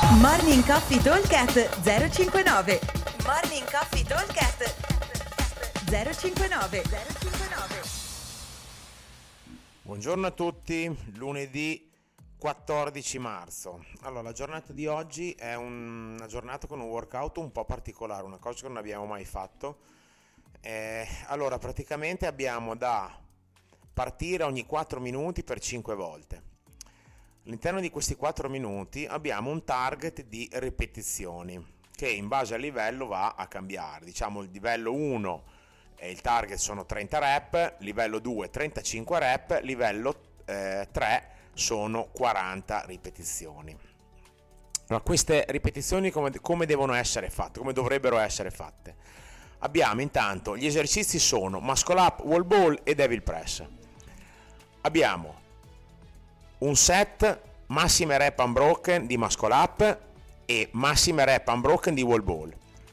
Morning Coffee Talkcast 059. Morning Coffee Talkcast 059. Buongiorno a tutti, lunedì 14 marzo. Allora, la giornata di oggi è una giornata con un workout un po' particolare, una cosa che non abbiamo mai fatto. Allora, praticamente abbiamo da partire ogni 4 minuti per 5 volte. All'interno di questi 4 minuti abbiamo un target di ripetizioni che in base al livello va a cambiare. Diciamo il livello 1 il target sono 30 rep, livello 2 35 rep, livello 3 sono 40 ripetizioni. Allora, queste ripetizioni come devono essere fatte, come dovrebbero essere fatte? Abbiamo intanto gli esercizi sono muscle up, wall ball e devil press. Abbiamo un set massime rep unbroken di muscle up e massime rep unbroken di wall ball.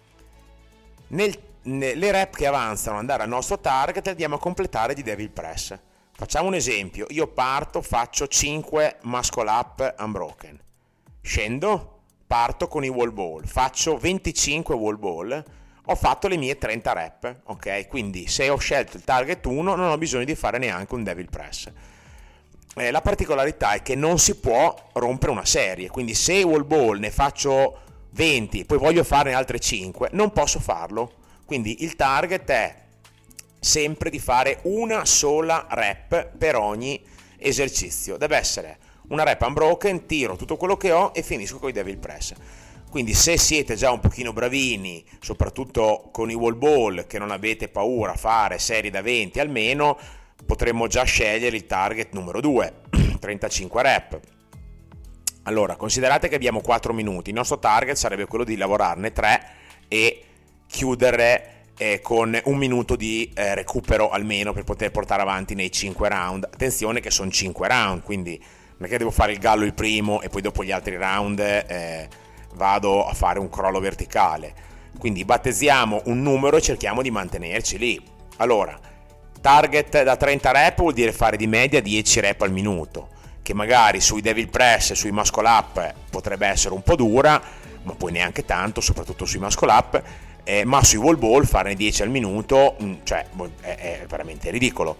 Le rep che avanzano andare al nostro target andiamo a completare di devil press. Facciamo un esempio: io parto, faccio 5 muscle up unbroken, scendo, parto con i wall ball, faccio 25 wall ball, ho fatto le mie 30 rep, ok? Quindi se ho scelto il target 1 non ho bisogno di fare neanche un devil press. La particolarità è che non si può rompere una serie, quindi se wall ball ne faccio 20 poi voglio farne altre 5 non posso farlo. Quindi il target è sempre di fare una sola rep per ogni esercizio, deve essere una rep unbroken, tiro tutto quello che ho e finisco con i devil press. Quindi se siete già un pochino bravini, soprattutto con i wall ball, che non avete paura a fare serie da 20 almeno, potremmo già scegliere il target numero 2, 35 rep. Allora, considerate che abbiamo 4 minuti, il nostro target sarebbe quello di lavorarne 3 e chiudere con un minuto di recupero almeno per poter portare avanti nei 5 round. Attenzione che sono 5 round, quindi non è che devo fare il gallo il primo e poi dopo gli altri round vado a fare un crollo verticale. Quindi battezziamo un numero e cerchiamo di mantenerci lì. Allora, target da 30 rep vuol dire fare di media 10 rep al minuto, che magari sui devil press e sui muscle up potrebbe essere un po' dura, ma poi neanche tanto, soprattutto sui muscle up, ma sui wall ball farne 10 al minuto, cioè è veramente ridicolo.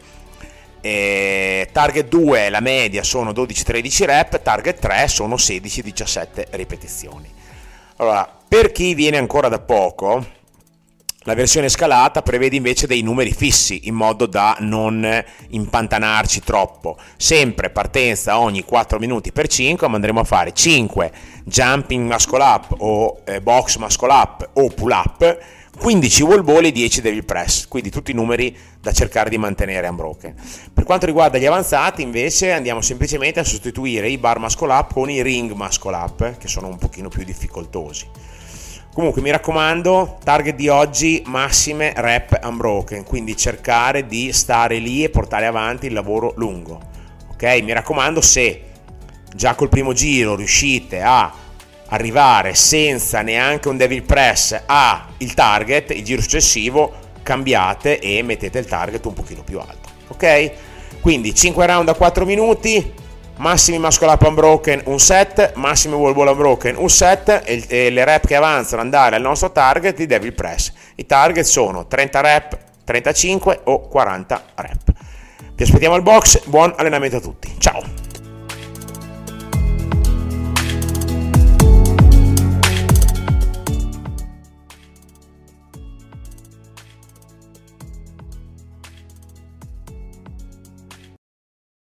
Target 2 la media sono 12-13 rep, target 3 sono 16-17 ripetizioni. Allora, per chi viene ancora da poco, la versione scalata prevede invece dei numeri fissi in modo da non impantanarci troppo. Sempre partenza ogni 4 minuti per 5, ma andremo a fare 5 jumping muscle up o box muscle up o pull up, 15 wall ball e 10 devil press, quindi tutti i numeri da cercare di mantenere unbroken. Per quanto riguarda gli avanzati invece andiamo semplicemente a sostituire i bar muscle up con i ring muscle up, che sono un pochino più difficoltosi. Comunque mi raccomando, target di oggi massime rep unbroken, quindi cercare di stare lì e portare avanti il lavoro lungo, ok? Mi raccomando, se già col primo giro riuscite a arrivare senza neanche un devil press a il target, il giro successivo cambiate e mettete il target un pochino più alto, ok? Quindi 5 round a 4 minuti, massimi muscle up unbroken un set, massimi wall ball unbroken un set e le rep che avanzano andare al nostro target di devil press. I target sono 30 rep, 35 o 40 rep. Vi aspettiamo al box, buon allenamento a tutti, ciao!